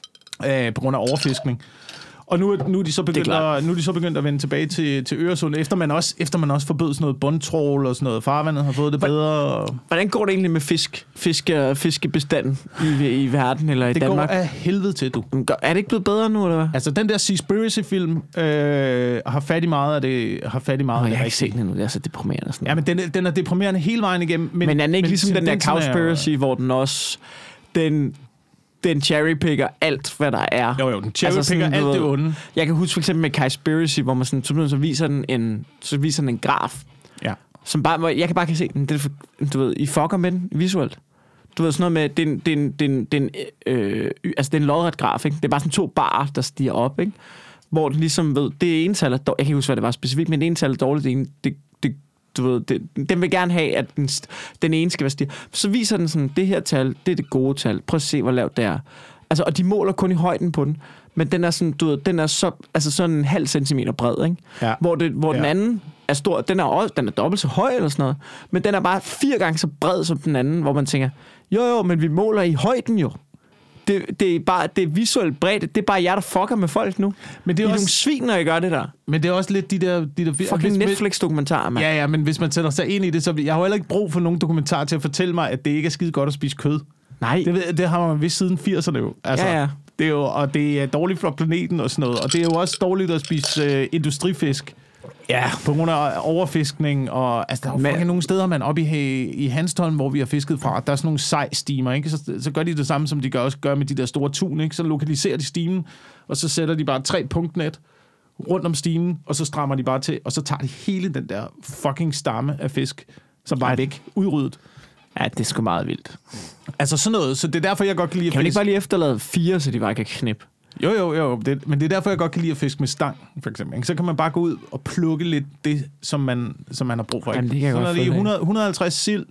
B: på grund af overfiskning. Og nu er de så begyndt at vende tilbage til Øresund, efter man også forbød sådan noget bundtrål og sådan noget. Farvandet har fået det bedre.
A: Hvordan går det egentlig med fiskebestanden i verden eller i Danmark?
B: Det går af helvede til, du.
A: Er det ikke blevet bedre nu, eller hvad?
B: Altså, den der Seaspiracy-film har fat i meget af det. Jeg
A: har ikke set den endnu, det er så deprimerende. Sådan.
B: Ja, men den er deprimerende hele vejen igennem.
A: Men er den ikke ligesom den der Cowspiracy, hvor den også... Den cherrypicker alt, hvad der er.
B: Jo, den cherrypicker alt det onde.
A: Jeg kan huske for eksempel med Cowspiracy, hvor man så viser den en graf.
B: Ja.
A: Som bare, hvor jeg kan se den. Du ved, I fucker med den visuelt. Du ved, sådan noget med, det er en lodret graf, ikke? Det er bare sådan 2 barer, der stiger op, ikke? Hvor den ligesom ved, det ene tal er dårligt. Jeg kan ikke huske, hvad det var specifikt, men det ene tal er dårligt, du ved, den vil gerne have, at den ene skal være stig. Så viser den sådan, det her tal, det er det gode tal. Prøv at se, hvor lavt det er. Altså, og de måler kun i højden på den. Men den er sådan, du ved, den er sådan en halv centimeter bred, ikke? Ja. Hvor den anden er stor. Den er dobbelt så høj eller sådan noget. Men den er bare 4 gange så bred som den anden, hvor man tænker, jo, men vi måler i højden jo. Det er bare, det er visuelt bredt. Det er bare jer, der fucker med folk nu. Men det er også nogle svin, når I gør det der.
B: Men det er også lidt de der
A: fucking Netflix-dokumentarer, mand.
B: Ja, men hvis man sætter sig ind i det, så jeg har jo heller ikke brug for nogen dokumentarer til at fortælle mig, at det ikke er skide godt at spise kød.
A: Nej.
B: Det har man vist siden 80'erne jo. Altså, ja. Det er jo, og det er dårligt for planeten og sådan noget. Og det er jo også dårligt at spise industrifisk. Ja, på grund af overfiskning, og altså, der er jo nogle steder, man oppe i Hanstholm, hvor vi har fisket fra, der er sådan nogle sejstimer, ikke? Så gør de det samme, som de gør med de der store tun, ikke? Så lokaliserer de stimen, og så sætter de bare 3 punktnet rundt om stimen, og så strammer de bare til, og så tager de hele den der fucking stamme af fisk, som bare er væk, udryddet.
A: Ja, det er sgu meget vildt.
B: Altså sådan noget, så det er derfor, jeg godt kan lide at
A: fiske. Kan man ikke bare lige efterlade 4, så de bare kan knippe?
B: Jo, men det er derfor, jeg godt kan lide at fiske med stang, for eksempel. Så kan man bare gå ud og plukke lidt det, som man har brug for.
A: Jamen, det kan jeg godt
B: 150 sild,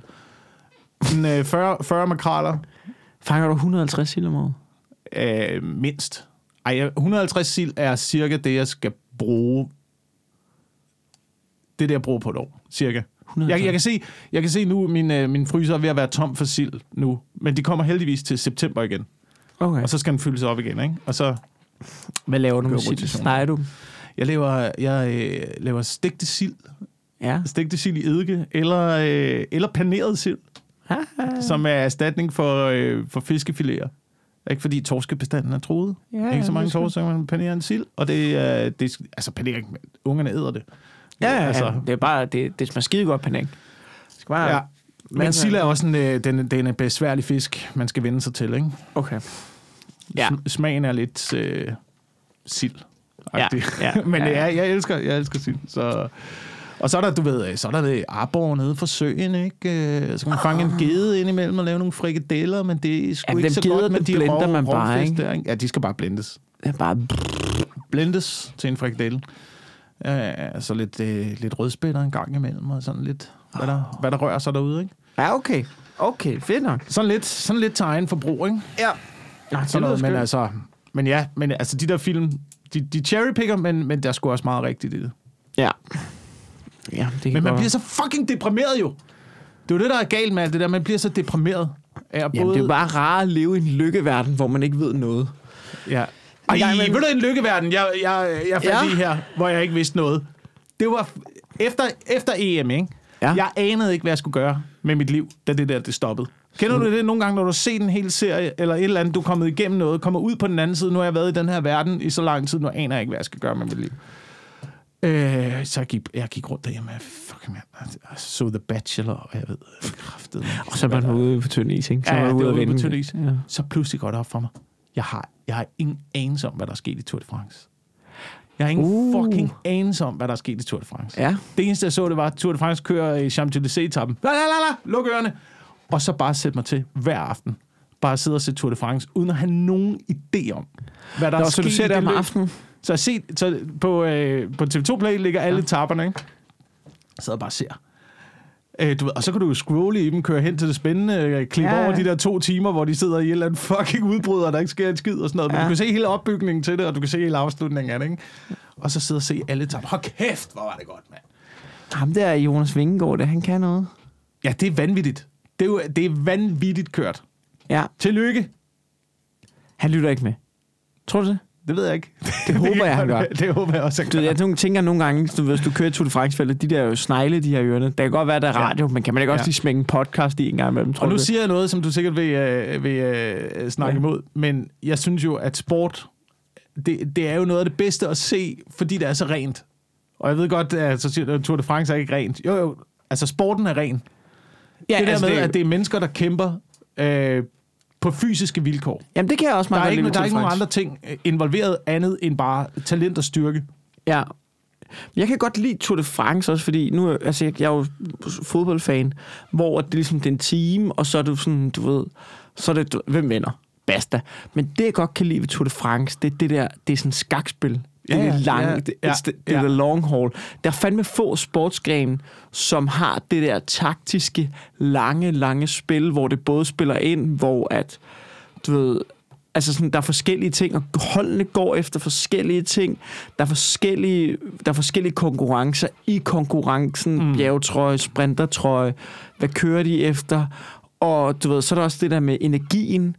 B: 40 makraller.
A: Fanger du 150 sild om året?
B: Mindst. 150 sild er cirka det, jeg skal bruge. Det er det, jeg bruger på et år, cirka. Jeg kan se nu, min fryser er ved at være tom for sild nu, men de kommer heldigvis til september igen. Okay. Og så skal den fyldes op igen, ikke? Og så...
A: Hvad laver du med sild? Snager du?
B: Jeg laver stegte sild.
A: Ja.
B: Stegte sild i eddike, eller paneret sild, som er erstatning for fiskefiléer. Ikke fordi torskebestanden er truet. Ja, ikke så mange torsk, så man panerer en sild. Og det altså panering, ungerne æder det.
A: Ja, altså. Det er bare, det smager skide godt panering.
B: Ja. Men sild er også en besværlig fisk, man skal vende sig til, ikke?
A: Okay. Ja.
B: Smagen er lidt sild.
A: Ja.
B: Men jeg elsker sild. Så. Og så er der, du ved, så er der det arbor nede for søen, ikke? Så kan man fange en gede ind imellem og lave nogle frikadeller, men det er sgu ikke så godt med de rovfisk der, ikke? Ja, de skal bare blendes.
A: Det er bare
B: blendes til en frikadelle. Så lidt rødspætter en gang imellem, og sådan lidt, hvad der rører sig derude, ikke?
A: Ja, okay. Okay, fedt nok.
B: Sådan lidt til egen forbrug, ikke?
A: Ja.
B: Sådan noget, men altså de der film, de cherrypicker, men der er sgu også meget rigtigt i det.
A: Ja. Ja, det
B: men man bliver så fucking deprimeret jo. Det er jo det, der er galt med alt det der. Man bliver så deprimeret.
A: Jamen, det er jo bare rart at leve i en lykkeverden, hvor man ikke ved noget.
B: Ja. Ved du en lykkeverden, jeg fandt i her, hvor jeg ikke vidste noget. Det var efter EM, ikke? Ja. Jeg anede ikke, hvad jeg skulle gøre med mit liv, da det stoppede. Kender du det nogle gange, når du har set en hel serie, eller et eller andet, du er kommet igennem noget, kommer ud på den anden side, nu har jeg været i den her verden i så lang tid, nu aner jeg ikke, hvad jeg skal gøre med mit liv. Så jeg gik rundt derhjemme, fucking man, så The Bachelor, og jeg ved, kraftede.
A: Og så var man ude på tynd is, ikke? Så var man ude på tynd is.
B: Ja. Så pludselig går det op for mig. Jeg har ingen anelse om, hvad der er sket i Tour de France. Jeg har ingen fucking anelse om, hvad der er sket i Tour de France.
A: Ja.
B: Det eneste, jeg så, det var, at Tour de France kører i Champs-Élysées-etappen. Luk ørerne. Og så bare sætte mig til hver aften. Bare sidde og se Tour de France, uden at have nogen idé om, hvad der er sket.
A: Så du ser det om aftenen?
B: Så på TV2 Play ligger alle etaperne, ikke? Så jeg bare ser. Og så kan du jo scrolle i dem, køre hen til det spændende, klippe over de der 2 timer, hvor de sidder i et eller andet fucking udbrud, og der ikke sker en skid og sådan noget. Men du kan se hele opbygningen til det, og du kan se hele afslutningen af det, ikke? Og så sidde og se alle etaper. Hold kæft, hvor var det godt, mand.
A: Ham der Jonas Vingegaard, han kan noget.
B: Ja, det er vanvittigt. Det er vanvittigt kørt.
A: Ja.
B: Tillykke.
A: Han lytter ikke med. Tror du det?
B: Det ved jeg ikke.
A: Det håber jeg, han gør.
B: Det håber jeg også, han
A: gør. Jeg tænker nogle gange, hvis du kører Tour de France-feltet, de der jo snegle, de her ørerne. Det kan godt være, der er radio, men kan man ikke også lige smække en podcast i en gang imellem?
B: Og nu siger jeg noget, som du sikkert vil snakke imod, men jeg synes jo, at sport, det er jo noget af det bedste at se, fordi det er så rent. Og jeg ved godt, at Tour de France er ikke rent. Jo, altså sporten er ren. Ja, det der med, at det er mennesker, der kæmper på fysiske vilkår.
A: Jamen, det kan jeg også meget godt lide.
B: Der er ikke nogen andre ting involveret andet end bare talent og styrke.
A: Ja. Jeg kan godt lide Tour de France også, fordi nu, altså, jeg er jo fodboldfan, hvor det er ligesom den team, og så er det sådan, du ved, så er det, hvem vinder? Basta. Men det, jeg godt kan lide ved Tour de France, det er sådan skakspil. Det er lange, det er long haul. Der er fandme få sportsgrene, som har det der taktiske, lange spil, hvor det både spiller ind, hvor at, du ved, altså sådan, der er forskellige ting, og holdene går efter forskellige ting. Der er forskellige konkurrencer i konkurrencen. Bjergetrøje, sprintertrøje. Hvad kører de efter? Og du ved, så er der også det der med energien.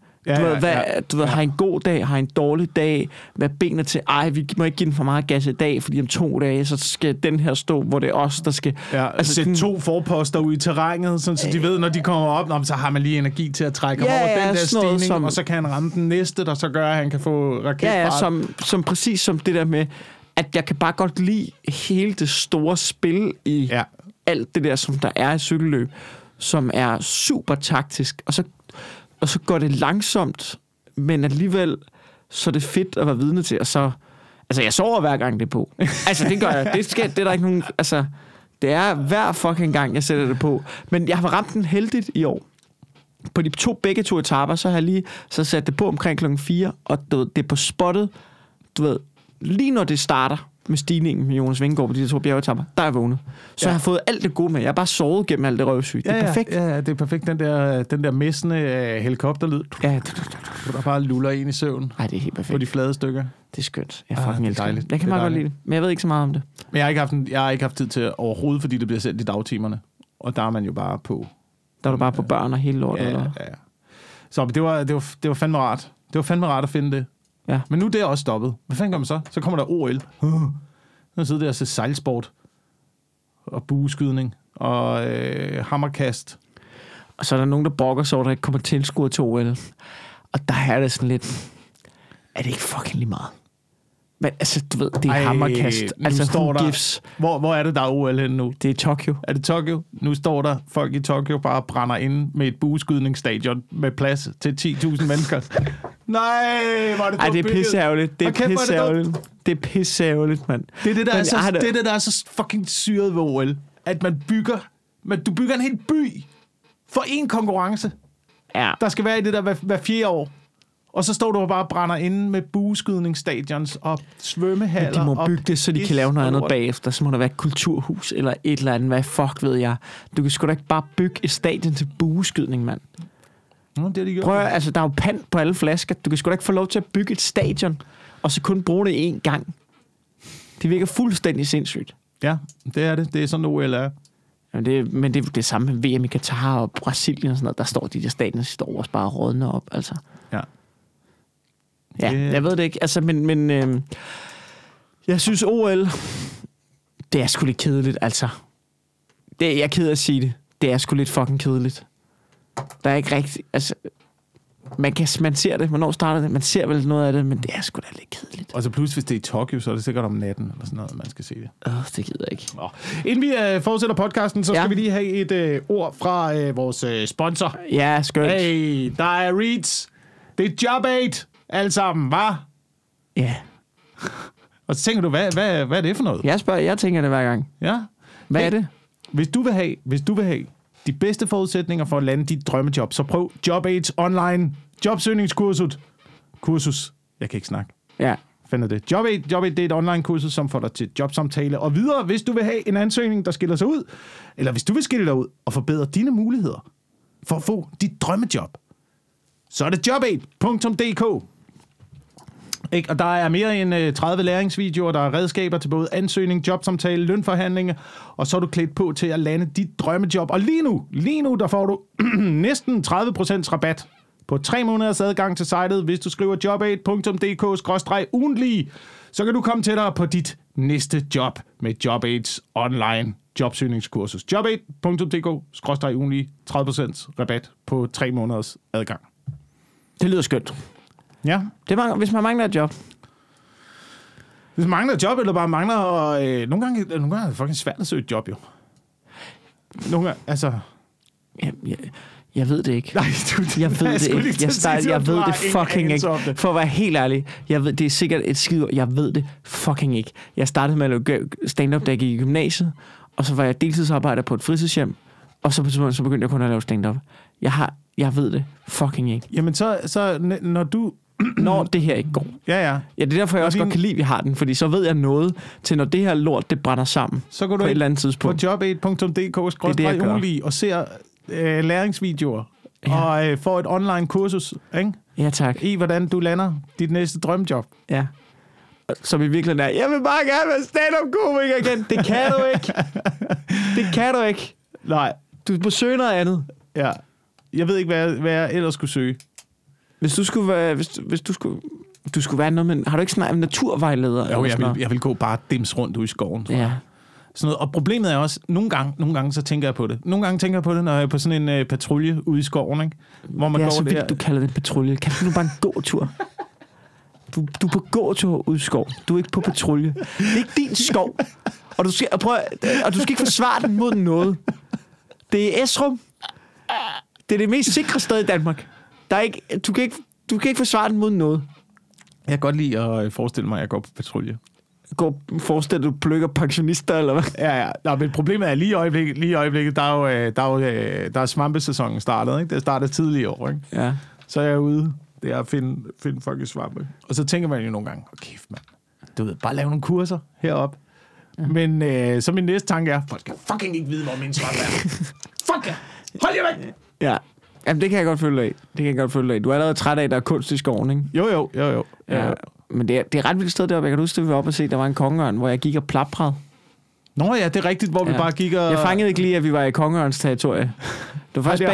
A: Du ved, har en god dag, har en dårlig dag, hvad benet til, vi må ikke give den for meget gas i dag, fordi om 2 dage, så skal den her stå, hvor det er os, der skal...
B: Ja, altså sætte 2 forposter ud i terrænet, sådan, så de ved, når de kommer op, så har man lige energi til at trække ham over den der stigning, og så kan han ramme den næste, der så gør, at han kan få raketfart.
A: Som præcis som det der med, at jeg kan bare godt lide hele det store spil i alt det der, som der er i cykelløb, som er super taktisk, og så går det langsomt, men alligevel så er det fedt at være vidne til, og så... Altså, jeg sover hver gang det er på. Altså, det gør jeg. Det er der ikke nogen... Altså, det er hver fucking gang, jeg sætter det på. Men jeg har ramt den heldigt i år. På begge to etaper, så har jeg lige så sat det på omkring klokken 4, og det er på spottet, du ved, lige når det starter med stigningen med Jonas Vingegaard på de 2 bjergetapper, der er jeg vågnet. Så jeg har fået alt det gode med. Jeg har bare sovet gennem alt det røvsyge. Det er perfekt.
B: Ja, det er perfekt. Den der messende helikopterlyd.
A: Ja.
B: Der bare luller ind i søvn.
A: Nej, det er helt perfekt.
B: På de flade stykker.
A: Det er skønt. Jeg fucking elsker det. Jeg kan meget godt lide det, men jeg ved ikke så meget om det.
B: Men jeg har ikke haft tid til overhovedet, fordi det bliver sendt i dagtimerne. Og der er man jo bare på...
A: Der er du bare på børn og hele lortet, eller?
B: Ja. Så det var fandme rart. Det var fandme rart at finde det.
A: Ja.
B: Men nu er det også stoppet. Hvad fanden gør man så? Så kommer der OL. Nu sidder der og ser sejlsport. Og bueskydning. Og hammerkast.
A: Og så er der nogen, der brokker sig over, der ikke kommer tilskuere til OL. Og der er det sådan lidt... Er det ikke fucking lige meget? Men altså, du ved, det er hammerkast. Altså,
B: står
A: who gives?
B: Hvor er det, der er OL henne nu?
A: Det er Tokyo.
B: Er det Tokyo? Nu står der folk i Tokyo bare brænder inde med et bueskydningsstadion med plads til 10.000 mennesker. Nej, hvor er det
A: Ej, det er pisseærgerligt. Det er pisseærgerligt. Det er pisseærgerligt, mand.
B: Det er det, der er så fucking syret ved OL. At du bygger en hel by for én konkurrence.
A: Ja.
B: Der skal være i det der hver 4 år. Og så står du og bare brænder inde med bueskydningsstadions og svømmehaller.
A: De må bygge det, så de kan lave noget andet bagefter. Så må der være et kulturhus eller et eller andet. Hvad fuck ved jeg? Du kan sgu da ikke bare bygge et stadion til bueskydning, mand.
B: Nå, det er de gjort.
A: Prøv altså, der er jo pant på alle flasker. Du kan sgu da ikke få lov til at bygge et stadion, og så kun bruge det én gang. Det virker fuldstændig sindssygt.
B: Ja, det er det. Det er sådan, OL er.
A: Men det er det samme med VM i Katar og Brasilien og sådan noget. Der står de der stadioner, der står også bare rådne op, altså.
B: Ja.
A: Ja, jeg ved det ikke. Altså, men jeg synes OL, det er sgu lidt kedeligt, altså. Jeg er ked af at sige det. Det er sgu lidt fucking kedeligt. Der er ikke rigtig, altså, man ser det. Hvornår starter det? Man ser vel noget af det, men det er sgu da lidt kedeligt.
B: Og så plus, hvis det er i Tokyo, så er det sikkert om natten, eller sådan noget, man skal se det.
A: Det gider jeg ikke.
B: Nå. Inden vi fortsætter podcasten, så skal vi lige have et ord fra vores sponsor.
A: Ja, skønt.
B: Hey, der er Reeds. Det er Job8. Alle sammen, hva'?
A: Ja.
B: Og så tænker du, hvad er det for noget?
A: Jeg tænker det hver gang.
B: Ja.
A: Hvad er det?
B: Hvis du vil have de bedste forudsætninger for at lande dit drømmejob, så prøv Job8's online jobsøgningskursus. Jeg kan ikke snakke.
A: Ja.
B: Finder det. Job8, det er et online kursus, som får dig til jobsamtale og videre, hvis du vil have en ansøgning, der skiller sig ud, eller hvis du vil skille dig ud og forbedre dine muligheder for at få dit drømmejob. Så er det job8.dk. Ikke? Og der er mere end 30 læringsvideoer, der er redskaber til både ansøgning, jobsamtale, lønforhandlinger, og så er du klædt på til at lande dit drømmejob. Og lige nu, der får du næsten 30% rabat på 3 måneders adgang til sitet, hvis du skriver job8.dk/ugentlig. Så kan du komme tættere på dit næste job med Job8's online jobsøgningskursus. Job8.dk/ugentlig, 30% rabat på 3 måneders adgang.
A: Det lyder skønt.
B: Ja.
A: Hvis man mangler et job.
B: Hvis man mangler et job, eller bare mangler... nogle gange er det fucking svært at søge et job, jo. Nogle gange, altså...
A: Jeg ved det ikke.
B: Nej,
A: jeg ved det ikke. Jeg ved det fucking ikke. For at være helt ærlig. Det er sikkert et skid. Jeg ved det fucking ikke. Jeg startede med at lave stand-up, da jeg gik i gymnasiet. Og så var jeg deltidsarbejder på et fritidshjem. Og så begyndte jeg kun at lave stand-up. Jeg ved det fucking ikke.
B: Jamen så når du...
A: når det her ikke går.
B: Ja.
A: Ja, det er derfor, jeg også godt kan lide, at vi har den. Fordi så ved jeg noget til, når det her lort, det brænder sammen.
B: Så går du
A: på et eller andet tidspunkt.
B: På job8.dk/ugentlig og ser læringsvideoer. Ja. Og får et online kursus, ikke?
A: Ja, tak.
B: I hvordan du lander dit næste drømmejob.
A: Ja. Som i virkeligheden er, jeg vil bare gerne være stand-up-komiker igen. Det kan du ikke. Det kan du ikke.
B: Nej.
A: Du må søge noget andet.
B: Ja. Jeg ved ikke, hvad jeg ellers skulle søge.
A: Hvis du skulle være... Hvis du skulle være noget, men har du ikke snakket om naturvejleder?
B: Jo, jeg vil gå bare dims rundt ude i skoven.
A: Ja.
B: Sådan noget. Og problemet er også, nogle gange så tænker jeg på det. Nogle gange tænker jeg på det, når jeg er på sådan en patrulje ude i skoven, ikke? Hvor man
A: det er
B: går
A: så vildt,
B: der.
A: Du kalder det en patrulje. Kan du nu bare en gåtur? Du er på gåtur ude i skov. Du er ikke på patrulje. Det er ikke din skov. Og du skal ikke forsvare den mod noget. Det er Esrum. Det er det mest sikre sted i Danmark. Der er ikke, du kan ikke forsvare den mod noget.
B: Jeg kan godt lide at forestille mig, at jeg går på patrulje.
A: Forestiller du plukker pensionister, eller hvad?
B: Ja. Nå, men problemet er lige i øjeblikket, der er svampesæsonen startet, ikke? Det startede tidligere i år, ikke?
A: Ja.
B: Så er jeg ude der at finde fucking svampe. Og så tænker man jo nogle gange, kæft mand, du ved, bare lave nogle kurser heroppe. Ja. Men så min næste tanke er, folk skal fucking ikke vide, hvor min svamp er. Fuck ja! Hold jer væk!
A: Ja. Jamen, det kan jeg godt følge af. Du er allerede træt af, at der er kunst i skoven, ikke?
B: Jo.
A: Ja. Men det er ret vildt sted deroppe. Jeg kan huske, at vi var oppe og se, der var en kongeørn, hvor jeg gik og plaprede.
B: Nå ja, det er rigtigt, hvor vi bare gik og...
A: Jeg fangede ikke lige, at vi var i kongeørns territorie. Det var først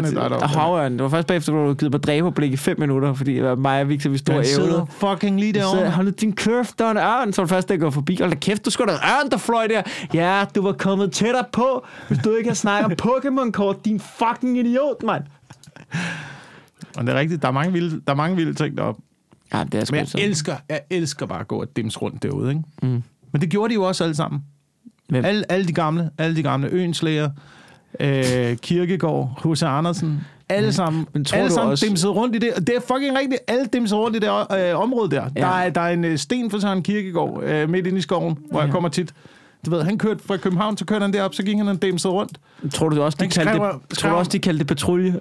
A: bagefter, hvor du givet mig dræberblik i 5 minutter, fordi det var mig og Victor, vi stod og ævlede.
B: Jeg sidder fucking lige derovre.
A: Hold nu din curve, der er en ørn. Så var det først, der går forbi. Hold da kæft, du skulle da ørn, der fløj der. Ja, du var kommet tættere på, hvis du ikke har snakket om Pokémon-kort. Din fucking idiot, mand.
B: Og det er rigtigt, der er mange vilde ting deroppe.
A: Ja, det er sgu.
B: Men jeg elsker bare at gå og dimse rundt derude, ikke? Mm. Men det gjorde de jo også alle sammen. Alle de gamle Øenslæger, Kierkegaard, H.C. Andersen, alle sammen, også dimsede rundt i det. Det er fucking rigtigt. Alle dimsede rundt i det område der. Ja. Der er en sten for Søren Kierkegaard midt inde i skoven, hvor jeg kommer tit. Du ved, han kørte fra København, så kørte han derop, så gik han og dimsede rundt.
A: Tror du også, de kaldte det patrulje?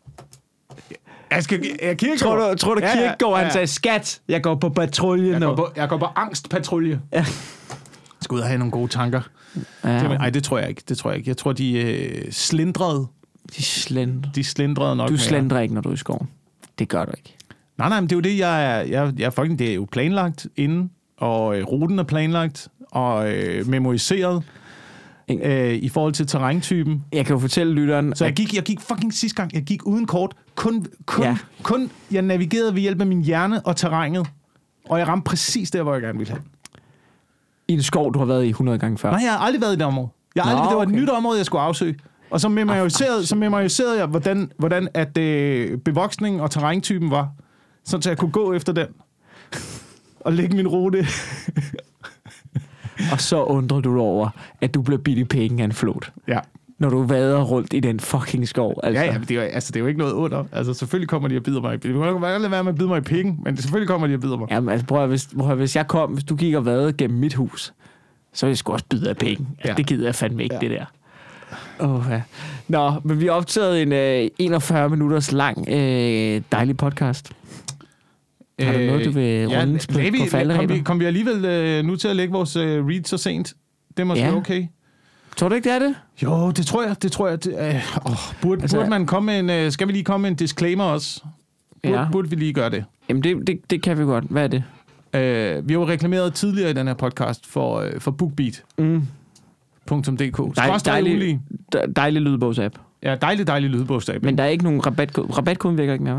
B: Kierkegaard.
A: Tror du Kierkegaard, han sagde, skat, jeg går på patrulje nu.
B: Jeg går på angstpatrulje.
A: Ja.
B: Jeg skal ud og have nogle gode tanker. Ja. Nej, det tror jeg ikke. Jeg tror, de slindrede. De slindrede nok.
A: Du slindrer ikke, når du er i skoven. Det gør du ikke.
B: Nej, men det er jo det, jeg fucking, det er jo planlagt inden, og ruten er planlagt, og memoriseret i forhold til terræntypen.
A: Jeg kan jo fortælle lytteren...
B: Så jeg gik fucking sidste gang, jeg gik uden kort, kun jeg navigerede ved hjælp af min hjerne og terrænet, og jeg ramte præcis der, hvor jeg gerne ville have.
A: I en skov, du har været i 100 gange før?
B: Nej, jeg har aldrig været i det område. Det var et nyt område, jeg skulle afsøge. Og så memoriserede jeg, hvordan at bevoksningen og terræntypen var, så jeg kunne gå efter den og lægge min rute.
A: Og så undrer du over, at du bliver bidt i penge af en flot.
B: Ja.
A: Når du vader rundt i den fucking skov. Altså.
B: Ja, men det er jo ikke noget under. Altså, selvfølgelig kommer de og bider mig i penge. Det kan godt være med at bide mig i penge, men selvfølgelig kommer de og bider mig.
A: Jamen, altså, prøv at, hvis du gik og vadede gennem mit hus, så ville jeg sgu også bide af penge. Ja. Det gider jeg fandme ikke, det der. Ja. Nå, men vi har optaget en 41 minutters lang dejlig podcast. Har du noget, du vil runde på falderæbet?
B: Kom vi alligevel nu til at lægge vores read så sent? Det er måske okay.
A: Tror du ikke, det er det?
B: Jo, det tror jeg. Burde man komme med skal vi lige komme med en disclaimer også? Burde vi lige gøre det?
A: Jamen, det kan vi godt. Hvad er det?
B: Vi har jo reklameret tidligere i den her podcast for BookBeat. .dk.
A: Dejlig lydbogsapp.
B: Ja, dejlig lydbogsapp.
A: Men der er ikke nogen rabatkoden virker ikke mere,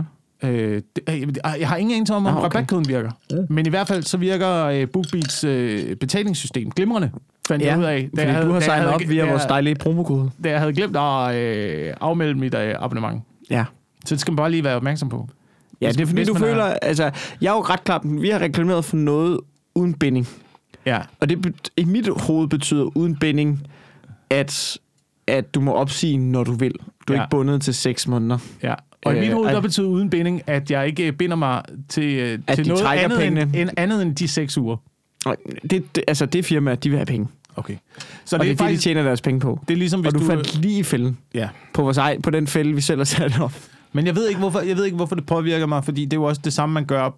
B: jeg har ingen anelse om rabatkoden virker. Men i hvert fald så virker BookBeats betalingssystem glimrende. Fandt jeg ud af.
A: Du har signet op via vores dejlige promokode.
B: Da jeg havde glemt at afmelde mit abonnement.
A: Ja.
B: Så det skal man bare lige være opmærksom på.
A: Ja, det er fordi, du føler... Altså, jeg er jo ret klar. Vi har reklameret for noget uden binding.
B: Ja.
A: Og det i mit hoved betyder uden binding, at du må opsige, når du vil. Du er ikke bundet til 6 måneder.
B: Ja. Og i mit hoved, der betyder uden binding, at jeg ikke binder mig til noget andet end de 6 uger.
A: Det firma, de vil have penge.
B: Okay.
A: Så det er faktisk, de tjener deres penge på.
B: Det er ligesom, hvis
A: og du faldt lige i fælden.
B: Ja.
A: På den fælde, vi selv har sat op.
B: Men jeg ved ikke, hvorfor det påvirker mig, fordi det er jo også det samme, man gør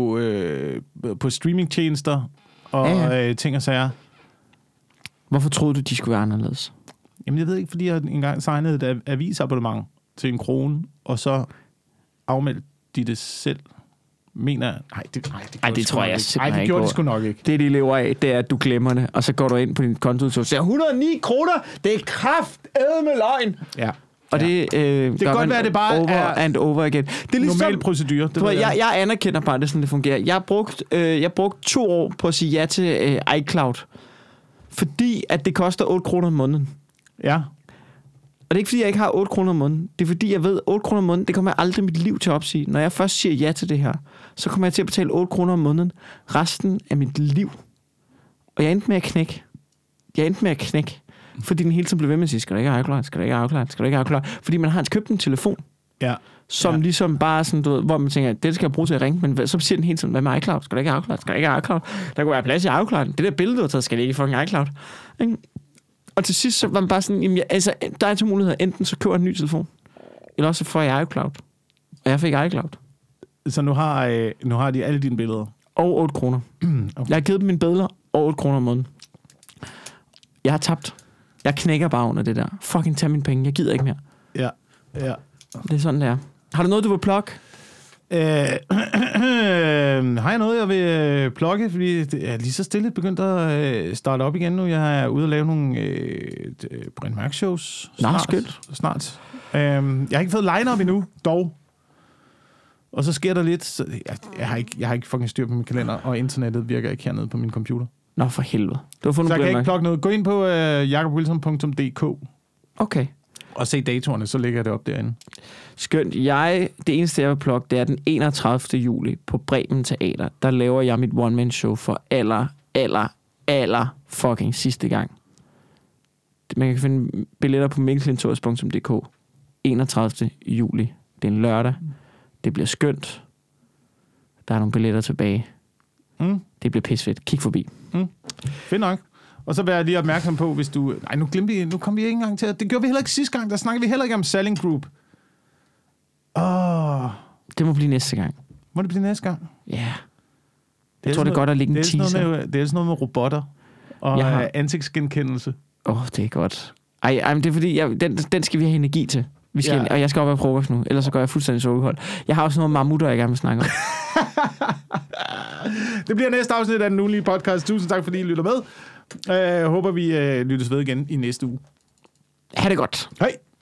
B: på streamingtjenester og ting og sager.
A: Hvorfor troede du, de skulle være anderledes?
B: Jamen, jeg ved ikke, fordi jeg engang signede et avisabonnement til 1 krone, og så afmeldte de det selv. Nej,
A: det tror jeg simpelthen ikke.
B: Nej, det gjorde de sgu nok ikke.
A: Det, de lever af, det er, at du glemmer det, og så går du ind på din konto, og siger 109 kroner, det er kraftedme løgn. Ja. Og det
B: kan godt være, det bare
A: over and over again. Det er ligesom,
B: normal procedure.
A: Jeg anerkender bare, det sådan, det fungerer. Jeg brugte 2 år på at sige ja til iCloud, fordi at det koster 8 kroner om måneden.
B: Ja.
A: Og det er ikke, fordi jeg ikke har 8 kroner om måneden. Det er, fordi jeg ved, 8 kroner om måneden, det kommer jeg aldrig i mit liv til at opsige. Når jeg først siger ja til det her, så kommer jeg til at betale 8 kroner om måneden resten af mit liv. Og jeg endte med at knække. Fordi den hele tiden blev ved med at sige, skal du ikke afklare? Fordi man har købt en telefon, som ligesom bare sådan, du ved, hvor man tænker, det skal jeg bruge til at ringe, men så siger den hele tiden, hvad med iCloud? Skal du ikke afklare? Der kunne være plads i iCloud. Det der billede, du har taget, skal det ikke i fucking iCloud. Ikke? Og til sidst så var man bare sådan, jamen, der er 2 muligheder. Enten så køber jeg en ny telefon, eller også så får jeg iCloud. Og jeg fik iCloud.
B: Så nu har de alle dine billeder?
A: Og 8 kroner. Okay. Jeg har givet dem mine billeder og 8 kroner om måneden. Jeg har tabt. Jeg knækker bare under det der. Fucking tag mine penge. Jeg gider ikke mere.
B: Ja.
A: Det er sådan, det er. Har du noget, du vil plukke?
B: Har jeg noget, jeg vil plukke? Fordi det er lige så stille begyndt at starte op igen nu. Jeg er ude og lave nogle Brian Mørk shows snart. Jeg har ikke fået line-up endnu, dog. Og så sker der lidt. Så jeg har ikke fucking styr på min kalender, og internettet virker ikke hernede på min computer.
A: Nå, for helvede. Du har fundet
B: så jeg kan ikke plukke noget. Gå ind på jakobwilson.dk.
A: Okay.
B: Og se datorerne, så lægger jeg det op derinde.
A: Skønt. Det eneste, jeg vil plukke, det er den 31. juli på Bremen Teater. Der laver jeg mit one-man-show for aller fucking sidste gang. Man kan finde billetter på mikkelklintors.dk. 31. juli. Det er en lørdag. Det bliver skønt. Der er nogle billetter tilbage. Det bliver pissefedt. Kig forbi.
B: Fedt nok. Og så vær jeg lige opmærksom på, hvis du... Nej, nu kom vi ikke engang til... Det gjorde vi heller ikke sidste gang. Der snakkede vi heller ikke om Selling Group.
A: Det må blive næste gang.
B: Må det blive næste gang?
A: Ja. Yeah. Jeg tror, det er godt at lægge en teaser.
B: Det er sådan noget med robotter og ansigtsgenkendelse.
A: Det er godt. Ej, men det er fordi, den skal vi have energi til. Og jeg skal op og frokost nu, ellers så går jeg fuldstændig sukkerkold. Jeg har også noget mammutter, jeg gerne vil snakke om.
B: Det bliver næste afsnit af den ugenlige podcast. Tusind tak, fordi I lytter med. Jeg håber, vi lyttes ved igen i næste uge.
A: Ha' det godt.
B: Hej.